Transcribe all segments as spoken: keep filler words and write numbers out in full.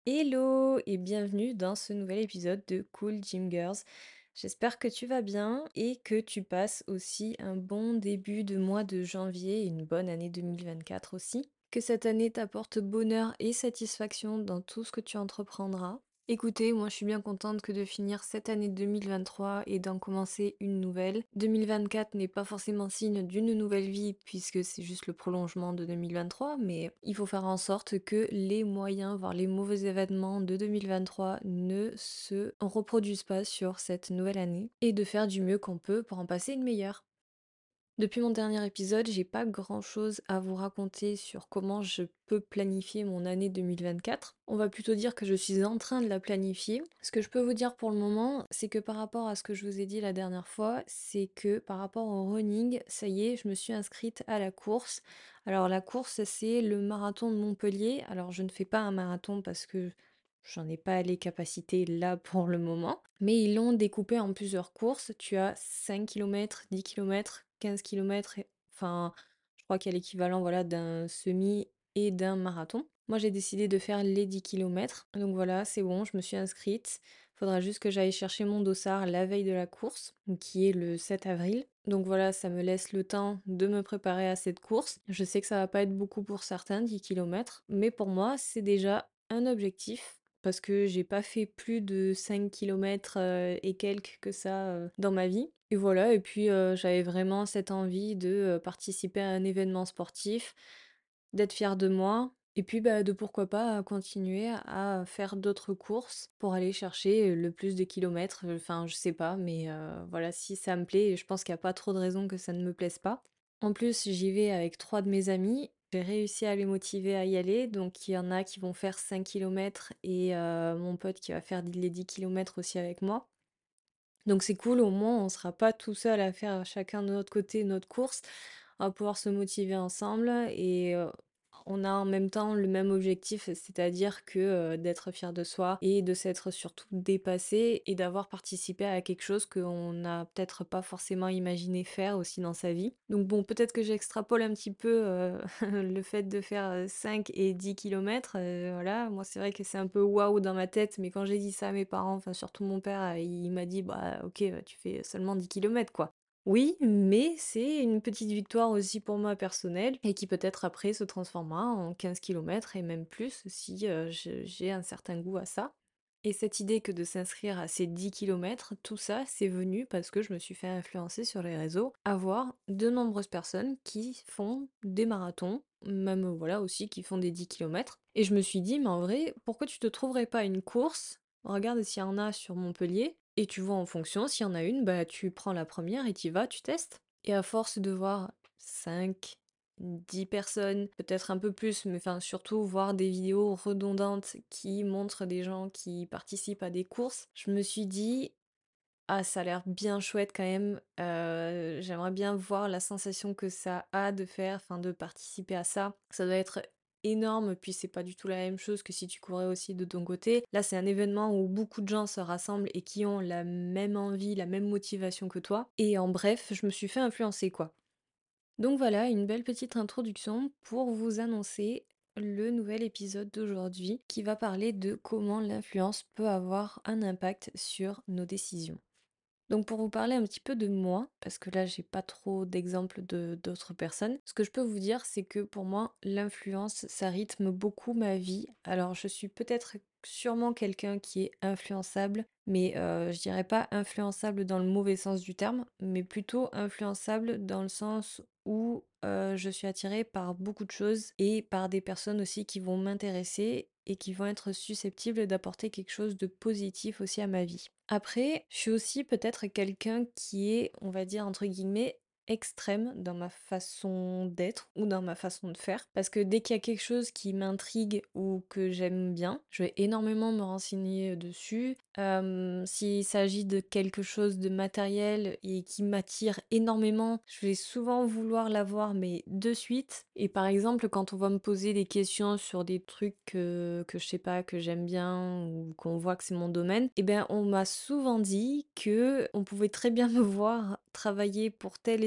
Hello et bienvenue dans ce nouvel épisode de Cool Gym Girls. J'espère que tu vas bien et que tu passes aussi un bon début de mois de janvier et une bonne année deux mille vingt-quatre aussi. Que cette année t'apporte bonheur et satisfaction dans tout ce que tu entreprendras. Écoutez, moi je suis bien contente que de finir cette année deux mille vingt-trois et d'en commencer une nouvelle. deux mille vingt-quatre n'est pas forcément signe d'une nouvelle vie puisque c'est juste le prolongement de deux mille vingt-trois, mais il faut faire en sorte que les moyens, voire les mauvais événements de deux mille vingt-trois ne se reproduisent pas sur cette nouvelle année et de faire du mieux qu'on peut pour en passer une meilleure. Depuis mon dernier épisode, j'ai pas grand chose à vous raconter sur comment je peux planifier mon année deux mille vingt-quatre. On va plutôt dire que je suis en train de la planifier. Ce que je peux vous dire pour le moment, c'est que par rapport à ce que je vous ai dit la dernière fois, c'est que par rapport au running, ça y est, je me suis inscrite à la course. Alors la course, c'est le marathon de Montpellier. Alors je ne fais pas un marathon parce que j'en ai pas les capacités là pour le moment. Mais ils l'ont découpé en plusieurs courses. Tu as cinq kilomètres, dix kilomètres, quinze kilomètres. Enfin, je crois qu'il y a l'équivalent voilà, d'un semi et d'un marathon. Moi, j'ai décidé de faire les dix kilomètres. Donc voilà, c'est bon, je me suis inscrite. Faudra juste que j'aille chercher mon dossard la veille de la course, qui est le sept avril. Donc voilà, ça me laisse le temps de me préparer à cette course. Je sais que ça va pas être beaucoup pour certains, dix kilomètres, mais pour moi, c'est déjà un objectif parce que j'ai pas fait plus de cinq kilomètres euh, et quelques que ça euh, dans ma vie. Et voilà, et puis euh, j'avais vraiment cette envie de euh, participer à un événement sportif, d'être fière de moi, et puis bah, de pourquoi pas continuer à faire d'autres courses pour aller chercher le plus de kilomètres. Enfin, je sais pas, mais euh, voilà, si ça me plaît, je pense qu'il n'y a pas trop de raisons que ça ne me plaise pas. En plus, j'y vais avec trois de mes amis. J'ai réussi à les motiver à y aller, donc il y en a qui vont faire cinq kilomètres et euh, mon pote qui va faire les dix kilomètres aussi avec moi. Donc c'est cool, au moins on sera pas tout seul à faire chacun de notre côté notre course. On va pouvoir se motiver ensemble et euh, on a en même temps le même objectif, c'est-à-dire que euh, d'être fier de soi et de s'être surtout dépassé et d'avoir participé à quelque chose qu'on n'a peut-être pas forcément imaginé faire aussi dans sa vie. Donc bon, peut-être que j'extrapole un petit peu euh, le fait de faire euh, cinq et dix kilomètres. euh, voilà, moi c'est vrai que c'est un peu waouh dans ma tête, mais quand j'ai dit ça à mes parents, enfin surtout mon père, euh, il m'a dit bah ok, euh, tu fais seulement dix kilomètres quoi. Oui, mais c'est une petite victoire aussi pour moi personnelle et qui peut-être après se transformera en quinze kilomètres et même plus si euh, je- j'ai un certain goût à ça. Et cette idée que de s'inscrire à ces dix kilomètres, tout ça, c'est venu parce que je me suis fait influencer sur les réseaux à voir de nombreuses personnes qui font des marathons, même euh, voilà aussi qui font des dix kilomètres. Et je me suis dit, mais en vrai, pourquoi tu te trouverais pas une course? Regarde s'il y en a sur Montpellier et tu vois en fonction, s'il y en a une, bah tu prends la première et tu y vas, tu testes. Et à force de voir cinq, dix personnes, peut-être un peu plus, mais enfin surtout voir des vidéos redondantes qui montrent des gens qui participent à des courses, je me suis dit, ah ça a l'air bien chouette quand même, euh, j'aimerais bien voir la sensation que ça a de faire, enfin de participer à ça. Ça doit être énorme, puis c'est pas du tout la même chose que si tu courais aussi de ton côté. Là c'est un événement où beaucoup de gens se rassemblent et qui ont la même envie, la même motivation que toi. Et en bref, je me suis fait influencer quoi. Donc voilà, une belle petite introduction pour vous annoncer le nouvel épisode d'aujourd'hui qui va parler de comment l'influence peut avoir un impact sur nos décisions. Donc pour vous parler un petit peu de moi, parce que là j'ai pas trop d'exemples de d'autres personnes, ce que je peux vous dire c'est que pour moi l'influence ça rythme beaucoup ma vie. Alors je suis peut-être sûrement quelqu'un qui est influençable, mais euh, je dirais pas influençable dans le mauvais sens du terme, mais plutôt influençable dans le sens où euh, je suis attirée par beaucoup de choses et par des personnes aussi qui vont m'intéresser et qui vont être susceptibles d'apporter quelque chose de positif aussi à ma vie. Après, je suis aussi peut-être quelqu'un qui est, on va dire, entre guillemets, extrême dans ma façon d'être ou dans ma façon de faire. Parce que dès qu'il y a quelque chose qui m'intrigue ou que j'aime bien, je vais énormément me renseigner dessus. Euh, s'il s'agit de quelque chose de matériel et qui m'attire énormément, je vais souvent vouloir l'avoir, mais de suite. Et par exemple, quand on va me poser des questions sur des trucs que, que je sais pas, que j'aime bien ou qu'on voit que c'est mon domaine, eh ben on m'a souvent dit que on pouvait très bien me voir travailler pour telle et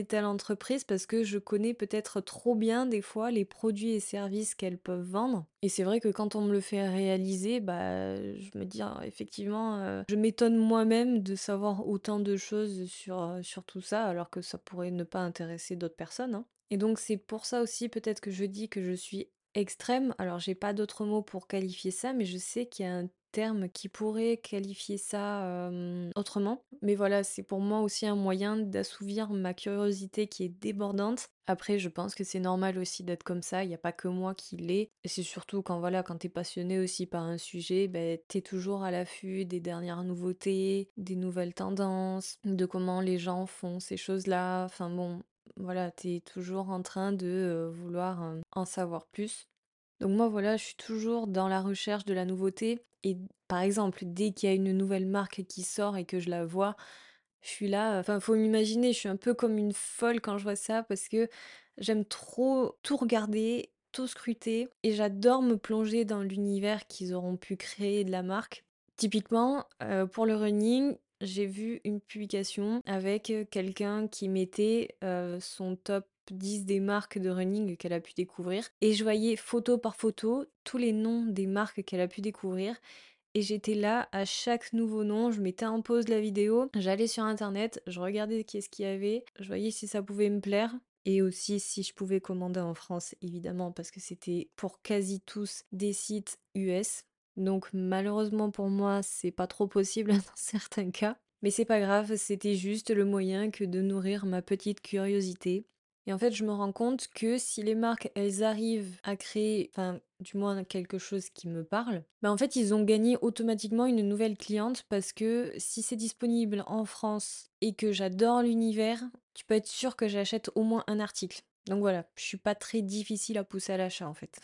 telle entreprise parce que je connais peut-être trop bien des fois les produits et services qu'elles peuvent vendre. Et c'est vrai que quand on me le fait réaliser, bah, je me dis ah, effectivement, euh, je m'étonne moi-même de savoir autant de choses sur, euh, sur tout ça alors que ça pourrait ne pas intéresser d'autres personnes, hein. Et donc c'est pour ça aussi peut-être que je dis que je suis extrême. Alors j'ai pas d'autres mots pour qualifier ça, mais je sais qu'il y a un terme qui pourrait qualifier ça euh, autrement. Mais voilà, c'est pour moi aussi un moyen d'assouvir ma curiosité qui est débordante. Après, je pense que c'est normal aussi d'être comme ça, il n'y a pas que moi qui l'ai. Et c'est surtout quand voilà, quand t'es passionné aussi par un sujet, ben, t'es toujours à l'affût des dernières nouveautés, des nouvelles tendances, de comment les gens font ces choses-là. Enfin bon, voilà, t'es toujours en train de euh, vouloir euh, en savoir plus. Donc moi voilà, je suis toujours dans la recherche de la nouveauté et par exemple, dès qu'il y a une nouvelle marque qui sort et que je la vois, je suis là, enfin faut m'imaginer, je suis un peu comme une folle quand je vois ça parce que j'aime trop tout regarder, tout scruter et j'adore me plonger dans l'univers qu'ils auront pu créer de la marque. Typiquement, euh, pour le running, j'ai vu une publication avec euh, quelqu'un qui mettait euh, son top dix des marques de running qu'elle a pu découvrir. Et je voyais photo par photo tous les noms des marques qu'elle a pu découvrir. Et j'étais là à chaque nouveau nom, je mettais en pause la vidéo, j'allais sur internet, je regardais qu'est-ce qu'il y avait, je voyais si ça pouvait me plaire. Et aussi si je pouvais commander en France, évidemment, parce que c'était pour quasi tous des sites U S. Donc malheureusement pour moi, c'est pas trop possible dans certains cas. Mais c'est pas grave, c'était juste le moyen que de nourrir ma petite curiosité. Et en fait, je me rends compte que si les marques, elles arrivent à créer, enfin, du moins quelque chose qui me parle, bah en fait, ils ont gagné automatiquement une nouvelle cliente parce que si c'est disponible en France et que j'adore l'univers, tu peux être sûr que j'achète au moins un article. Donc voilà, je suis pas très difficile à pousser à l'achat en fait.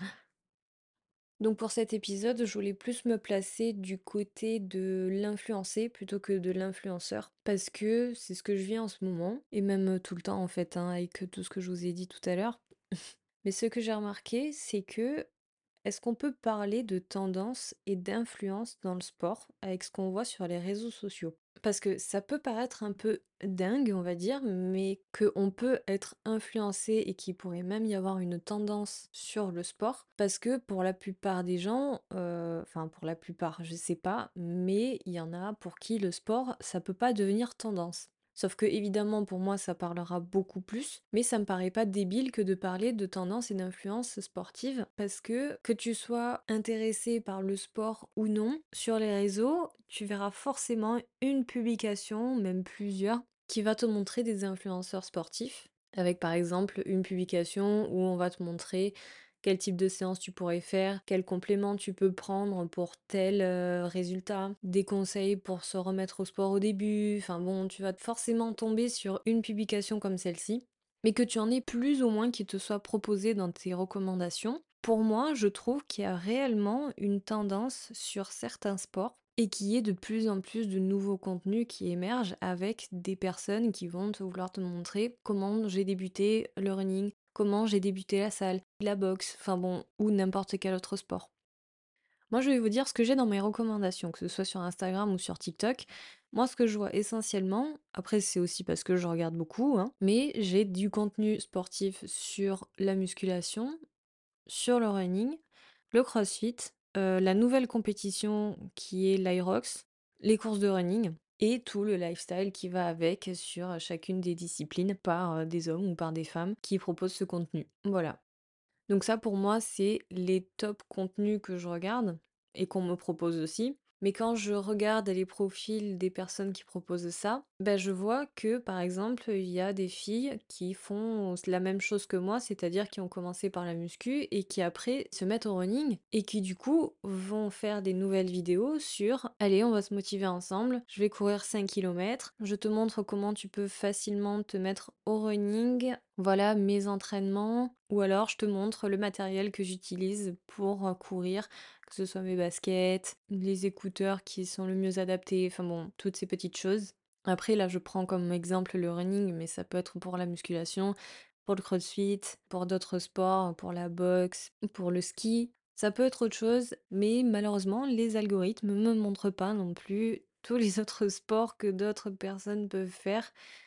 Donc pour cet épisode, je voulais plus me placer du côté de l'influencé plutôt que de l'influenceur. Parce que c'est ce que je vis en ce moment, et même tout le temps en fait, hein, avec tout ce que je vous ai dit tout à l'heure. Mais ce que j'ai remarqué, c'est que est-ce qu'on peut parler de tendance et d'influence dans le sport avec ce qu'on voit sur les réseaux sociaux? Parce que ça peut paraître un peu dingue, on va dire, mais qu'on peut être influencé et qu'il pourrait même y avoir une tendance sur le sport. Parce que pour la plupart des gens, euh, enfin pour la plupart, je sais pas, mais il y en a pour qui le sport, ça peut pas devenir tendance. Sauf que évidemment pour moi ça parlera beaucoup plus, mais ça me paraît pas débile que de parler de tendance et d'influence sportive parce que que tu sois intéressé par le sport ou non, sur les réseaux, tu verras forcément une publication, même plusieurs, qui va te montrer des influenceurs sportifs avec par exemple une publication où on va te montrer quel type de séance tu pourrais faire, quel complément tu peux prendre pour tel euh, résultat, des conseils pour se remettre au sport au début. Enfin bon, tu vas forcément tomber sur une publication comme celle-ci, mais que tu en aies plus ou moins qui te soit proposé dans tes recommandations. Pour moi, je trouve qu'il y a réellement une tendance sur certains sports et qu'il y ait de plus en plus de nouveaux contenus qui émergent avec des personnes qui vont te vouloir te montrer comment j'ai débuté le running, comment j'ai débuté la salle, la boxe, enfin bon, ou n'importe quel autre sport. Moi, je vais vous dire ce que j'ai dans mes recommandations, que ce soit sur Instagram ou sur TikTok. Moi, ce que je vois essentiellement, après c'est aussi parce que je regarde beaucoup, hein, mais j'ai du contenu sportif sur la musculation, sur le running, le crossfit, euh, la nouvelle compétition qui est l'Irox, les courses de running et tout le lifestyle qui va avec sur chacune des disciplines par euh, des hommes ou par des femmes qui proposent ce contenu. Voilà. Donc ça pour moi c'est les top contenus que je regarde et qu'on me propose aussi. Mais quand je regarde les profils des personnes qui proposent ça, ben je vois que par exemple il y a des filles qui font la même chose que moi, c'est-à-dire qui ont commencé par la muscu et qui après se mettent au running et qui du coup vont faire des nouvelles vidéos sur allez on va se motiver ensemble, je vais courir cinq kilomètres, je te montre comment tu peux facilement te mettre au running, voilà mes entraînements, ou alors je te montre le matériel que j'utilise pour euh, courir, que ce soit mes baskets, les écouteurs qui sont le mieux adaptés, enfin bon, toutes ces petites choses. Après, là, je prends comme exemple le running, mais ça peut être pour la musculation, pour le crossfit, pour d'autres sports, pour la boxe, pour le ski. Ça peut être autre chose, mais malheureusement, les algorithmes ne me montrent pas non plus tous les autres sports que d'autres personnes peuvent faire.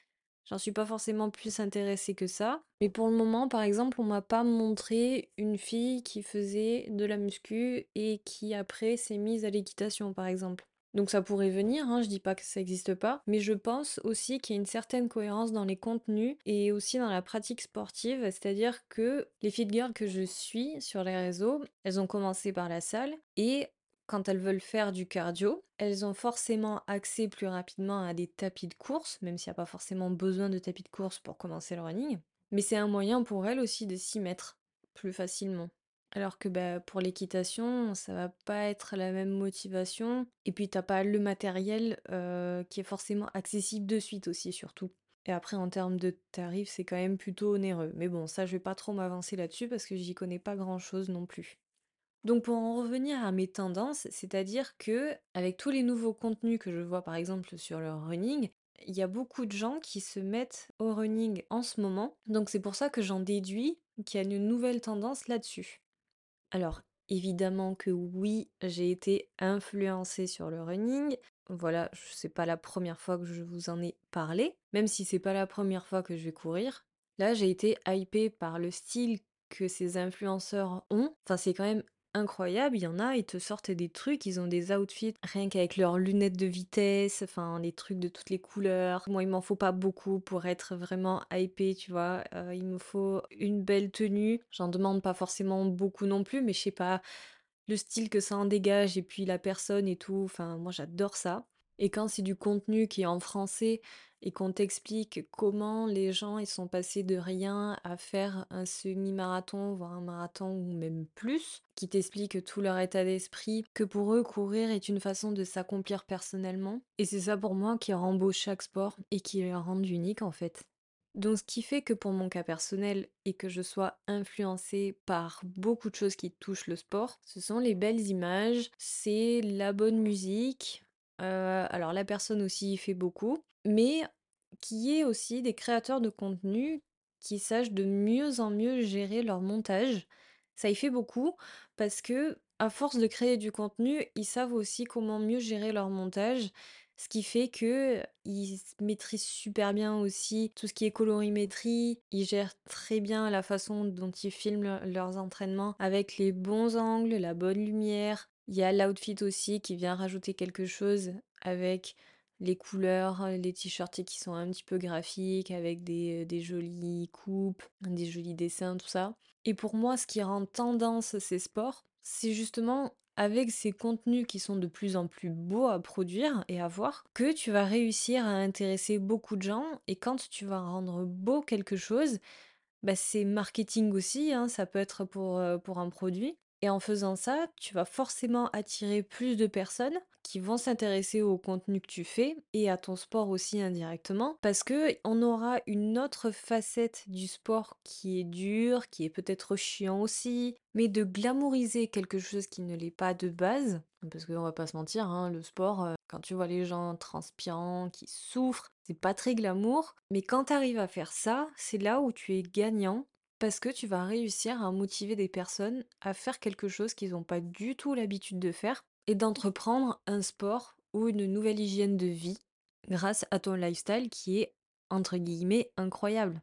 J'en suis pas forcément plus intéressée que ça. Mais pour le moment, par exemple, on m'a pas montré une fille qui faisait de la muscu et qui après s'est mise à l'équitation, par exemple. Donc ça pourrait venir, hein, je dis pas que ça n'existe pas, mais je pense aussi qu'il y a une certaine cohérence dans les contenus et aussi dans la pratique sportive, c'est-à-dire que les fit girls que je suis sur les réseaux, elles ont commencé par la salle et quand elles veulent faire du cardio, elles ont forcément accès plus rapidement à des tapis de course, même s'il n'y a pas forcément besoin de tapis de course pour commencer le running. Mais c'est un moyen pour elles aussi de s'y mettre plus facilement. Alors que bah, pour l'équitation, ça va pas être la même motivation. Et puis t'as pas le matériel euh, qui est forcément accessible de suite aussi, surtout. Et après, en termes de tarifs, c'est quand même plutôt onéreux. Mais bon, ça, je vais pas trop m'avancer là-dessus parce que j'y connais pas grand-chose non plus. Donc pour en revenir à mes tendances, c'est-à-dire que avec tous les nouveaux contenus que je vois par exemple sur le running, il y a beaucoup de gens qui se mettent au running en ce moment. Donc c'est pour ça que j'en déduis qu'il y a une nouvelle tendance là-dessus. Alors évidemment que oui, j'ai été influencée sur le running. Voilà, je- c'est pas la première fois que je vous en ai parlé, même si c'est pas la première fois que je vais courir. Là, j'ai été hypée par le style que ces influenceurs ont. Enfin, c'est quand même incroyable. Il y en a, ils te sortent des trucs, ils ont des outfits rien qu'avec leurs lunettes de vitesse, enfin, les trucs de toutes les couleurs. Moi, il m'en faut pas beaucoup pour être vraiment hypée, tu vois. Euh, il me faut une belle tenue. J'en demande pas forcément beaucoup non plus, mais je sais pas, le style que ça en dégage et puis la personne et tout, enfin moi j'adore ça. Et quand c'est du contenu qui est en français et qu'on t'explique comment les gens ils sont passés de rien à faire un semi-marathon, voire un marathon ou même plus, qui t'explique tout leur état d'esprit, que pour eux courir est une façon de s'accomplir personnellement. Et c'est ça pour moi qui rend beau chaque sport et qui le rend unique en fait. Donc, ce qui fait que pour mon cas personnel et que je sois influencée par beaucoup de choses qui touchent le sport, ce sont les belles images, c'est la bonne musique. Euh, alors, la personne aussi y fait beaucoup, mais qui est aussi des créateurs de contenu qui sachent de mieux en mieux gérer leur montage. Ça y fait beaucoup parce que, à force de créer du contenu, ils savent aussi comment mieux gérer leur montage. Ce qui fait que ils s- maîtrisent super bien aussi tout ce qui est colorimétrie. Ils gèrent très bien la façon dont ils filment leur- leurs entraînements avec les bons angles, la bonne lumière. Il y a l'outfit aussi qui vient rajouter quelque chose avec les couleurs, les t-shirts qui sont un petit peu graphiques, avec des, des jolies coupes, des jolis dessins, tout ça. Et pour moi, ce qui rend tendance ces sports, c'est justement avec ces contenus qui sont de plus en plus beaux à produire et à voir, que tu vas réussir à intéresser beaucoup de gens. Et quand tu vas rendre beau quelque chose, bah, c'est marketing aussi, hein, ça peut être pour, euh, pour un produit. Et en faisant ça, tu vas forcément attirer plus de personnes qui vont s'intéresser au contenu que tu fais et à ton sport aussi indirectement parce que on aura une autre facette du sport qui est dur, qui est peut-être chiant aussi, mais de glamouriser quelque chose qui ne l'est pas de base, parce qu'on va pas se mentir, hein, le sport, euh, quand tu vois les gens transpirants, qui souffrent, c'est pas très glamour, mais quand tu arrives à faire ça, c'est là où tu es gagnant parce que tu vas réussir à motiver des personnes à faire quelque chose qu'ils n'ont pas du tout l'habitude de faire et d'entreprendre un sport ou une nouvelle hygiène de vie grâce à ton lifestyle qui est entre guillemets incroyable.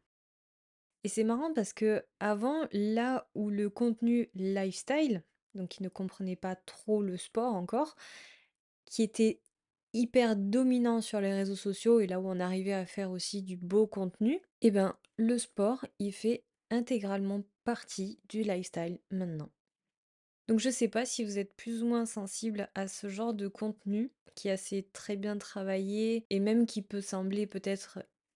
Et c'est marrant parce que avant, là où le contenu lifestyle, donc qui ne comprenait pas trop le sport encore, qui était hyper dominant sur les réseaux sociaux et là où on arrivait à faire aussi du beau contenu, et ben le sport, il fait intégralement partie du lifestyle maintenant. Donc je sais pas si vous êtes plus ou moins sensible à ce genre de contenu qui est assez très bien travaillé et même qui peut sembler peut-être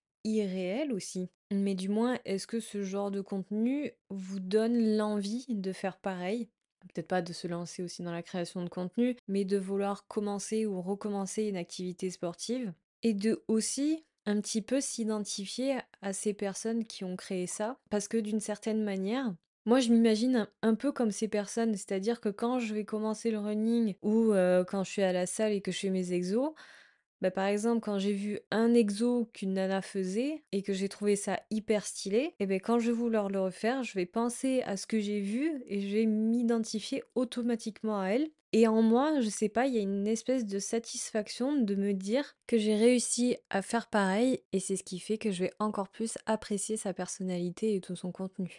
irréel aussi. Mais du moins, est-ce que ce genre de contenu vous donne l'envie de faire pareil? Peut-être pas de se lancer aussi dans la création de contenu, mais de vouloir commencer ou recommencer une activité sportive et de aussi un petit peu s'identifier à ces personnes qui ont créé ça, parce que d'une certaine manière, moi je m'imagine un, un peu comme ces personnes, c'est-à-dire que quand je vais commencer le running ou euh, quand je suis à la salle et que je fais mes exos, Bah, par exemple, quand j'ai vu un exo qu'une nana faisait et que j'ai trouvé ça hyper stylé, et ben quand je vais vouloir le refaire, je vais penser à ce que j'ai vu et je vais m'identifier automatiquement à elle. Et en moi, je sais pas, il y a une espèce de satisfaction de me dire que j'ai réussi à faire pareil et c'est ce qui fait que je vais encore plus apprécier sa personnalité et tout son contenu.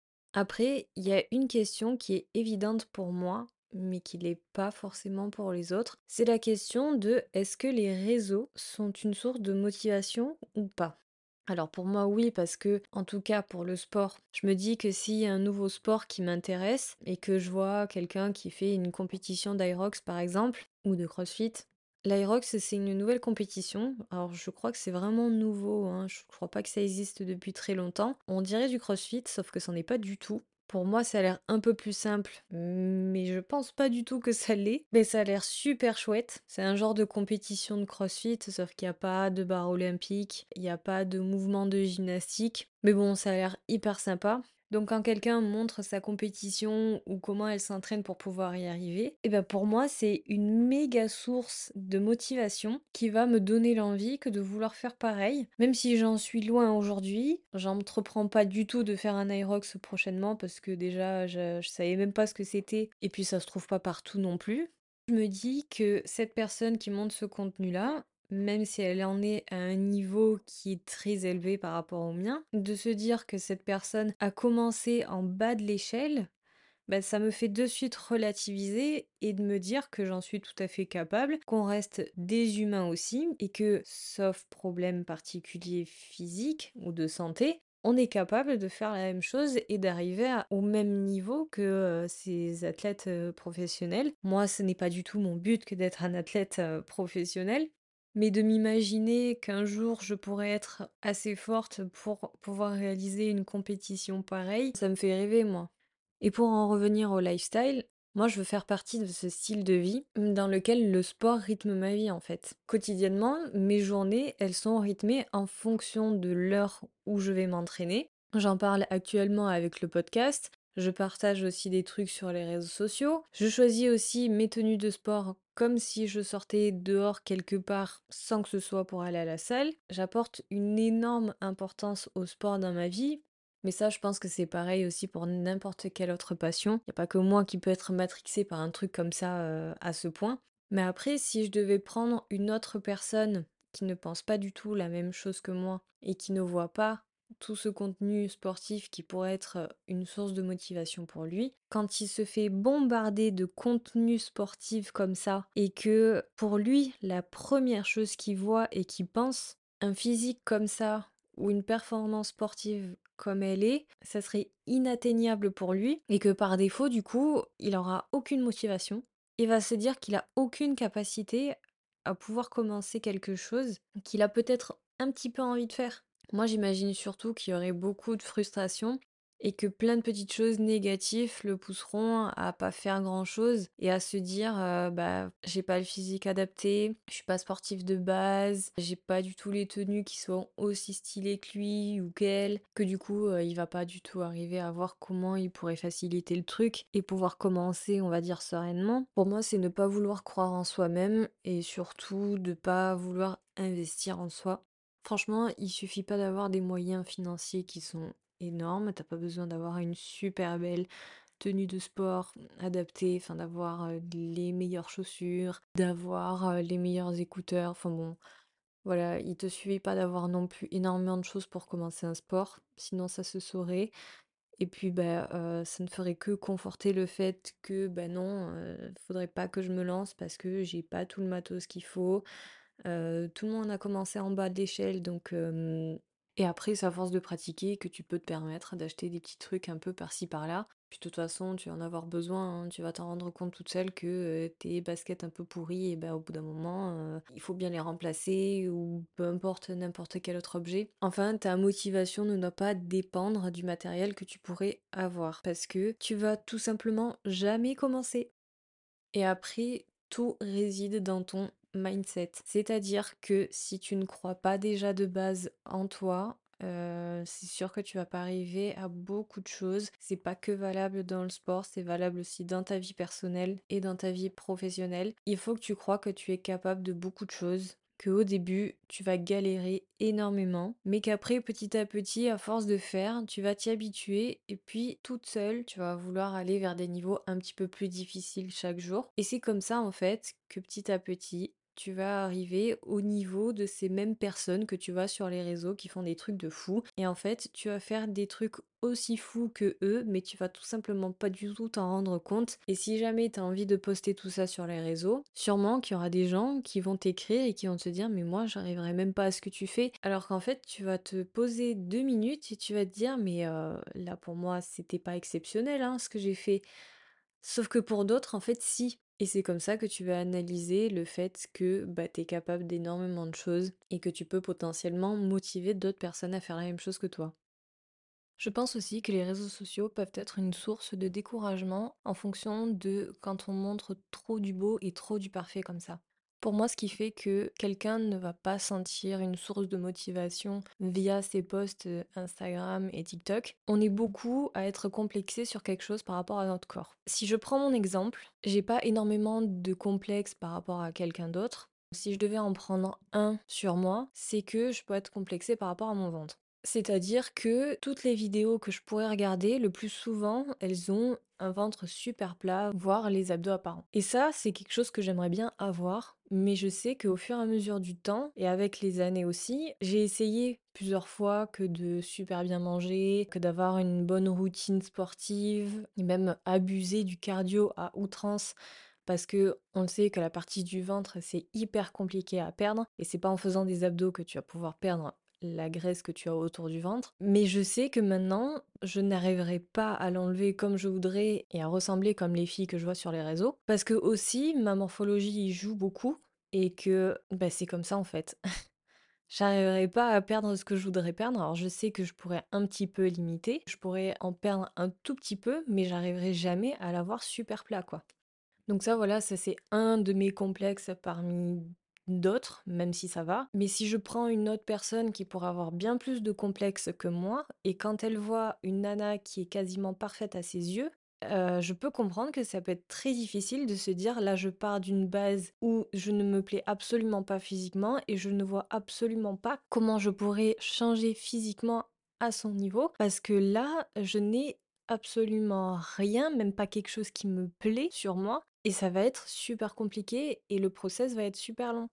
Après, il y a une question qui est évidente pour moi, mais qui l'est pas forcément pour les autres. C'est la question de est-ce que les réseaux sont une source de motivation ou pas? Alors pour moi oui, parce que en tout cas pour le sport, je me dis que s'il y a un nouveau sport qui m'intéresse et que je vois quelqu'un qui fait une compétition d'Aerox par exemple, ou de CrossFit, l'Aerox c'est une nouvelle compétition. Alors je crois que c'est vraiment nouveau, hein, je crois pas que ça existe depuis très longtemps. On dirait du CrossFit, sauf que c'en est pas du tout. Pour moi, ça a l'air un peu plus simple, mais je pense pas du tout que ça l'est. Mais ça a l'air super chouette. C'est un genre de compétition de CrossFit, sauf qu'il n'y a pas de barre olympique, il n'y a pas de mouvement de gymnastique. Mais bon, ça a l'air hyper sympa. Donc quand quelqu'un montre sa compétition ou comment elle s'entraîne pour pouvoir y arriver, et ben pour moi c'est une méga source de motivation qui va me donner l'envie que de vouloir faire pareil. Même si j'en suis loin aujourd'hui, j'entreprends pas du tout de faire un Aerox prochainement parce que déjà je, je savais même pas ce que c'était et puis ça se trouve pas partout non plus. Je me dis que cette personne qui montre ce contenu-là, même si elle en est à un niveau qui est très élevé par rapport au mien, de se dire que cette personne a commencé en bas de l'échelle, bah, ça me fait de suite relativiser et de me dire que j'en suis tout à fait capable, qu'on reste des humains aussi et que, sauf problème particulier physique ou de santé, on est capable de faire la même chose et d'arriver à- au même niveau que euh, ces athlètes euh, professionnels. Moi, ce n'est pas du tout mon but que d'être un athlète euh, professionnel, mais de m'imaginer qu'un jour je pourrais être assez forte pour pouvoir réaliser une compétition pareille, ça me fait rêver, moi. Et pour en revenir au lifestyle, moi je veux faire partie de ce style de vie dans lequel le sport rythme ma vie en fait. Quotidiennement, mes journées, elles sont rythmées en fonction de l'heure où je vais m'entraîner. J'en parle actuellement avec le podcast. Je partage aussi des trucs sur les réseaux sociaux. Je choisis aussi mes tenues de sport comme si je sortais dehors quelque part sans que ce soit pour aller à la salle. J'apporte une énorme importance au sport dans ma vie. Mais ça, je pense que c'est pareil aussi pour n'importe quelle autre passion. Il n'y a pas que moi qui peut être matrixée par un truc comme ça euh, à ce point. Mais après, si je devais prendre une autre personne qui ne pense pas du tout la même chose que moi et qui ne voit pas tout ce contenu sportif qui pourrait être euh, une source de motivation pour lui, quand il se fait bombarder de contenu sportif comme ça et que pour lui, la première chose qu'il voit et qu'il pense, un physique comme ça ou une performance sportive comme elle est, ça serait inatteignable pour lui et que par défaut, du coup, il aura aucune motivation. Il va se dire qu'il a aucune capacité à pouvoir commencer quelque chose qu'il a peut-être un petit peu envie de faire. Moi, j'imagine surtout qu'il y aurait beaucoup de frustration et que plein de petites choses négatives le pousseront à pas faire grand-chose et à se dire euh, bah j'ai pas le physique adapté, je suis pas sportif de base, j'ai pas du tout les tenues qui sont aussi stylées que lui ou qu'elle, que du coup euh, il va pas du tout arriver à voir comment il pourrait faciliter le truc et pouvoir commencer, on va dire, sereinement. Pour moi, c'est ne pas vouloir croire en soi-même et surtout de pas vouloir investir en soi. Franchement, il suffit pas d'avoir des moyens financiers qui sont énorme, t'as pas besoin d'avoir une super belle tenue de sport adaptée, enfin d'avoir euh, les meilleures chaussures, d'avoir euh, les meilleurs écouteurs, enfin bon, voilà, il te suffit pas d'avoir non plus énormément de choses pour commencer un sport, sinon ça se saurait. Et puis bah euh, ça ne ferait que conforter le fait que bah non, euh, faudrait pas que je me lance parce que j'ai pas tout le matos qu'il faut. Heu, tout le monde a commencé en bas de l'échelle donc hem et après c'est à force de pratiquer que tu peux te permettre d'acheter des petits trucs un peu par-ci par-là. Puis de toute façon, tu vas en avoir besoin, hein. Tu vas t'en rendre compte toute seule que, heu, tes baskets un peu pourries et bah, au bout d'un moment, heu, il faut bien les remplacer ou peu importe, n'importe quel autre objet. Enfin, ta motivation ne doit pas dépendre du matériel que tu pourrais avoir parce que tu vas tout simplement jamais commencer. Et après, tout réside dans ton mindset. C'est-à-dire que si tu ne crois pas déjà de base en toi, euh, c'est sûr que tu vas pas arriver à beaucoup de choses. C'est pas que valable dans le sport, c'est valable aussi dans ta vie personnelle et dans ta vie professionnelle. Il faut que tu crois que tu es capable de beaucoup de choses. qu'au début, tu vas galérer énormément, mais qu'après, petit à petit, à force de faire, tu vas t'y habituer et puis toute seule, tu vas vouloir aller vers des niveaux un petit peu plus difficiles chaque jour. Et c'est comme ça, en fait, que petit à petit, tu vas arriver au niveau de ces mêmes personnes que tu vois sur les réseaux qui font des trucs de fou. Et en fait, tu vas faire des trucs aussi fous que eux, mais tu vas tout simplement pas du tout t'en rendre compte. Et si jamais tu as envie de poster tout ça sur les réseaux, sûrement qu'il y aura des gens qui vont t'écrire et qui vont te dire mais moi j'arriverai même pas à ce que tu fais. Alors qu'en fait, tu vas te poser deux minutes et tu vas te dire mais euh, là pour moi c'était pas exceptionnel hein, ce que j'ai fait. Sauf que pour d'autres, en fait, si. Et c'est comme ça que tu vas analyser le fait que bah, tu es capable d'énormément de choses et que tu peux potentiellement motiver d'autres personnes à faire la même chose que toi. Je pense aussi que les réseaux sociaux peuvent être une source de découragement en fonction de quand on montre trop du beau et trop du parfait comme ça. Pour moi, ce qui fait que quelqu'un ne va pas sentir une source de motivation via ses posts euh, Instagram et TikTok, on est beaucoup à être complexé sur quelque chose par rapport à notre corps. Si je prends mon exemple, j'ai pas énormément de complexes par rapport à quelqu'un d'autre. Si je devais en prendre un sur moi, c'est que je peux être complexée par rapport à mon ventre. C'est-à-dire que toutes les vidéos que je pourrais regarder, le plus souvent, elles ont un ventre super plat, voire les abdos apparents. Et ça, c'est quelque chose que j'aimerais bien avoir, mais je sais qu'au fur et à mesure du temps, et avec les années aussi, j'ai essayé plusieurs fois que de super bien manger, que d'avoir une bonne routine sportive, et même abuser du cardio à outrance. Parce que on le sait que la partie du ventre, c'est hyper compliqué à perdre, et c'est pas en faisant des abdos que tu vas pouvoir perdre la graisse que tu as autour du ventre. Mais je sais que maintenant, je n'arriverai pas à l'enlever comme je voudrais et à ressembler comme les filles que je vois sur les réseaux. Parce que aussi, ma morphologie y joue beaucoup et que bah, c'est comme ça en fait. J'arriverai pas à perdre ce que je voudrais perdre. Alors je sais que je pourrais un petit peu limiter, je pourrais en perdre un tout petit peu, mais j'arriverai jamais à l'avoir super plat quoi. Donc ça, voilà, ça c'est un de mes complexes parmi d'autres, même si ça va. Mais si je prends une autre personne qui pourrait avoir bien plus de complexes que moi, et quand elle voit une nana qui est quasiment parfaite à ses yeux, euh, je peux comprendre que ça peut être très difficile de se dire là je pars d'une base où je ne me plais absolument pas physiquement et je ne vois absolument pas comment je pourrais changer physiquement à son niveau parce que là je n'ai absolument rien, même pas quelque chose qui me plaît sur moi et ça va être super compliqué et le process va être super long.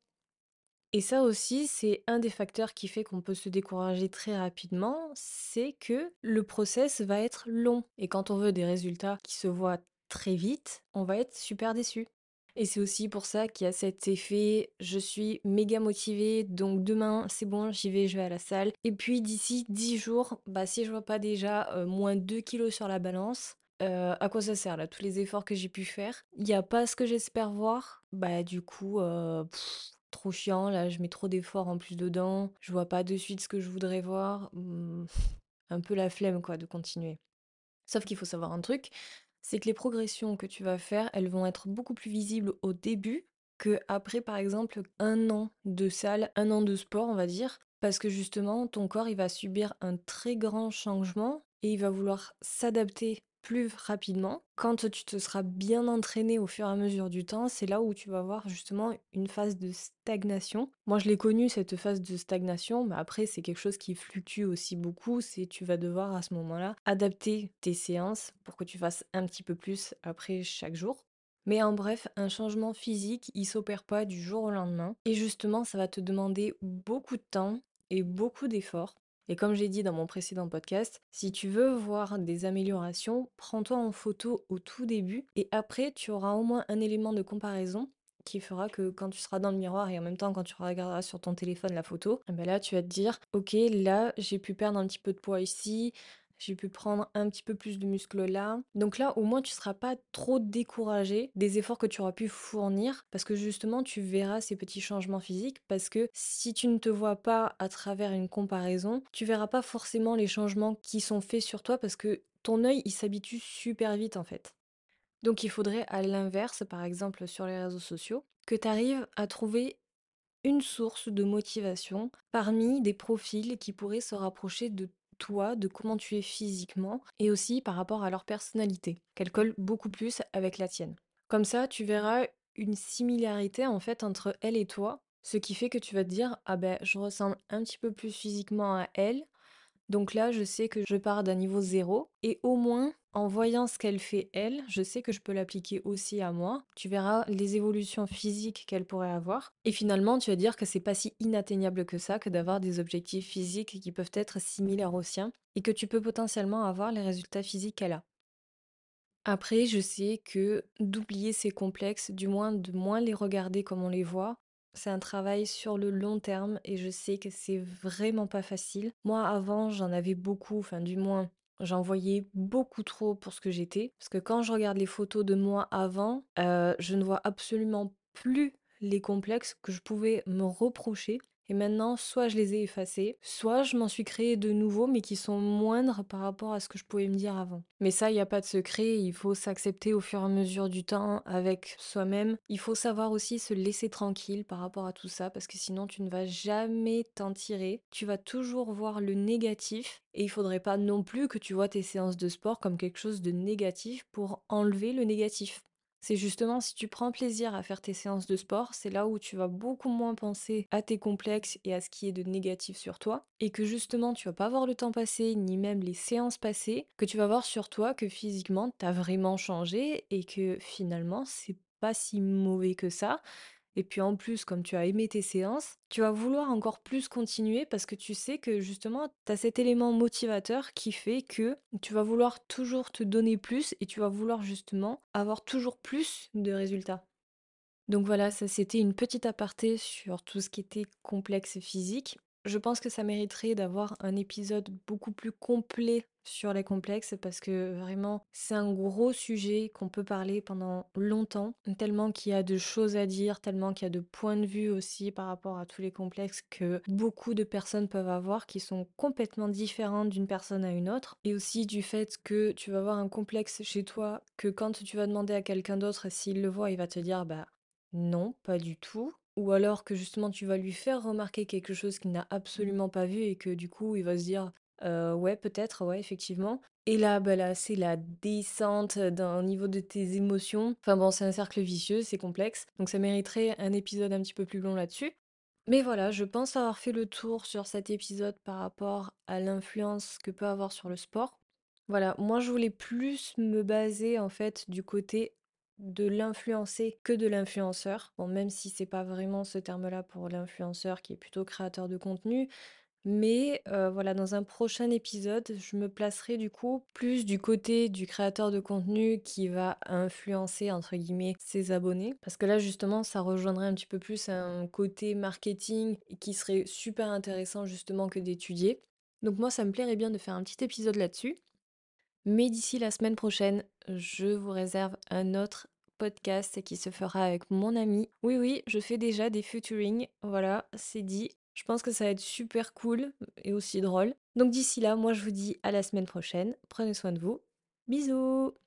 Et ça aussi, c'est un des facteurs qui fait qu'on peut se décourager très rapidement, c'est que le process va être long. Et quand on veut des résultats qui se voient très vite, on va être super déçu. Et c'est aussi pour ça qu'il y a cet effet, je suis méga motivée, donc demain c'est bon, j'y vais, je vais à la salle. Et puis d'ici dix jours, bah si je vois pas déjà euh, moins deux kilos sur la balance, euh, à quoi ça sert là, tous les efforts que j'ai pu faire? Il n'y a pas ce que j'espère voir, bah du coup, euh, pff, trop chiant, là je mets trop d'efforts en plus dedans, je vois pas de suite ce que je voudrais voir, hmm, un peu la flemme quoi de continuer. Sauf qu'il faut savoir un truc, c'est que les progressions que tu vas faire, elles vont être beaucoup plus visibles au début que après, par exemple, un an de salle, un an de sport, on va dire, parce que justement, ton corps, il va subir un très grand changement et il va vouloir s'adapter plus rapidement. Quand tu te seras bien entraîné au fur et à mesure du temps, c'est là où tu vas voir justement une phase de stagnation. Moi, je l'ai connue, cette phase de stagnation, mais après, c'est quelque chose qui fluctue aussi beaucoup. C'est tu vas devoir à ce moment-là adapter tes séances pour que tu fasses un petit peu plus après chaque jour. Mais en bref, un changement physique, il s'opère pas du jour au lendemain. Et justement, ça va te demander beaucoup de temps et beaucoup d'efforts. Et comme j'ai dit dans mon précédent podcast, si tu veux voir des améliorations, prends-toi en photo au tout début et après tu auras au moins un élément de comparaison qui fera que quand tu seras dans le miroir et en même temps quand tu regarderas sur ton téléphone la photo, eh ben là tu vas te dire ok là j'ai pu perdre un petit peu de poids ici, j'ai pu prendre un petit peu plus de muscle là. Donc là, au moins, tu seras pas trop découragé des efforts que tu auras pu fournir parce que justement, tu verras ces petits changements physiques parce que si tu ne te vois pas à travers une comparaison, tu verras pas forcément les changements qui sont faits sur toi parce que ton œil, il s'habitue super vite en fait. Donc il faudrait à l'inverse, par exemple sur les réseaux sociaux, que tu arrives à trouver une source de motivation parmi des profils qui pourraient se rapprocher de toi, de comment tu es physiquement, et aussi par rapport à leur personnalité, qu'elle colle beaucoup plus avec la tienne. Comme ça, tu verras une similarité en fait entre elle et toi, Ce qui fait que tu vas te dire: «Ah ben je ressemble un petit peu plus physiquement à elle, donc là, je sais que je pars d'un niveau zéro et au moins, en voyant ce qu'elle fait elle, je sais que je peux l'appliquer aussi à moi». Tu verras les évolutions physiques qu'elle pourrait avoir et finalement, tu vas dire que c'est pas si inatteignable que ça, que d'avoir des objectifs physiques qui peuvent être similaires aux siens et que tu peux potentiellement avoir les résultats physiques qu'elle a. Après, je sais que d'oublier ces complexes, du moins de moins les regarder comme on les voit, c'est un travail sur le long terme et je sais que c'est vraiment pas facile. Moi, avant, j'en avais beaucoup, enfin, du moins, j'en voyais beaucoup trop pour ce que j'étais. Parce que quand je regarde les photos de moi avant, euh, je ne vois absolument plus les complexes que je pouvais me reprocher. Et maintenant, soit je les ai effacés, soit je m'en suis créé de nouveaux, mais qui sont moindres par rapport à ce que je pouvais me dire avant. Mais ça, il n'y a pas de secret, il faut s'accepter au fur et à mesure du temps avec soi-même. Il faut savoir aussi se laisser tranquille par rapport à tout ça, parce que sinon tu ne vas jamais t'en tirer. Tu vas toujours voir le négatif, et il faudrait pas non plus que tu vois tes séances de sport comme quelque chose de négatif pour enlever le négatif. C'est justement si tu prends plaisir à faire tes séances de sport, c'est là où tu vas beaucoup moins penser à tes complexes et à ce qui est de négatif sur toi. Et que justement, tu vas pas voir le temps passer, ni même les séances passer, que tu vas voir sur toi que physiquement, t'as vraiment changé et que finalement, c'est pas si mauvais que ça. Et puis en plus, comme tu as aimé tes séances, tu vas vouloir encore plus continuer parce que tu sais que justement, tu as cet élément motivateur qui fait que tu vas vouloir toujours te donner plus et tu vas vouloir justement avoir toujours plus de résultats. Donc voilà, ça c'était une petite aparté sur tout ce qui était complexe physique. Je pense que ça mériterait d'avoir un épisode beaucoup plus complet sur les complexes parce que vraiment c'est un gros sujet qu'on peut parler pendant longtemps, tellement qu'il y a de choses à dire, tellement qu'il y a de points de vue aussi par rapport à tous les complexes que beaucoup de personnes peuvent avoir qui sont complètement différents d'une personne à une autre et aussi du fait que tu vas avoir un complexe chez toi que quand tu vas demander à quelqu'un d'autre s'il le voit, il va te dire bah non, pas du tout. Ou alors que justement tu vas lui faire remarquer quelque chose qu'il n'a absolument pas vu et que du coup il va se dire euh, ouais peut-être, ouais effectivement. Et là, bah là c'est la descente d'un niveau de tes émotions. Enfin bon, c'est un cercle vicieux, c'est complexe. Donc ça mériterait un épisode un petit peu plus long là-dessus. Mais voilà, je pense avoir fait le tour sur cet épisode par rapport à l'influence que peut avoir sur le sport. Voilà, moi je voulais plus me baser en fait du côté de l'influencé que de l'influenceur. Bon, même si c'est pas vraiment ce terme-là pour l'influenceur qui est plutôt créateur de contenu, mais euh, voilà, dans un prochain épisode, je me placerai du coup plus du côté du créateur de contenu qui va influencer entre guillemets ses abonnés. Parce que là, justement, ça rejoindrait un petit peu plus un côté marketing et qui serait super intéressant justement que d'étudier. Donc moi, ça me plairait bien de faire un petit épisode là-dessus. Mais d'ici la semaine prochaine, je vous réserve un autre podcast qui se fera avec mon ami. Oui, oui, je fais déjà des featuring. Voilà, c'est dit. Je pense que ça va être super cool et aussi drôle. Donc d'ici là, moi je vous dis à la semaine prochaine. Prenez soin de vous. Bisous!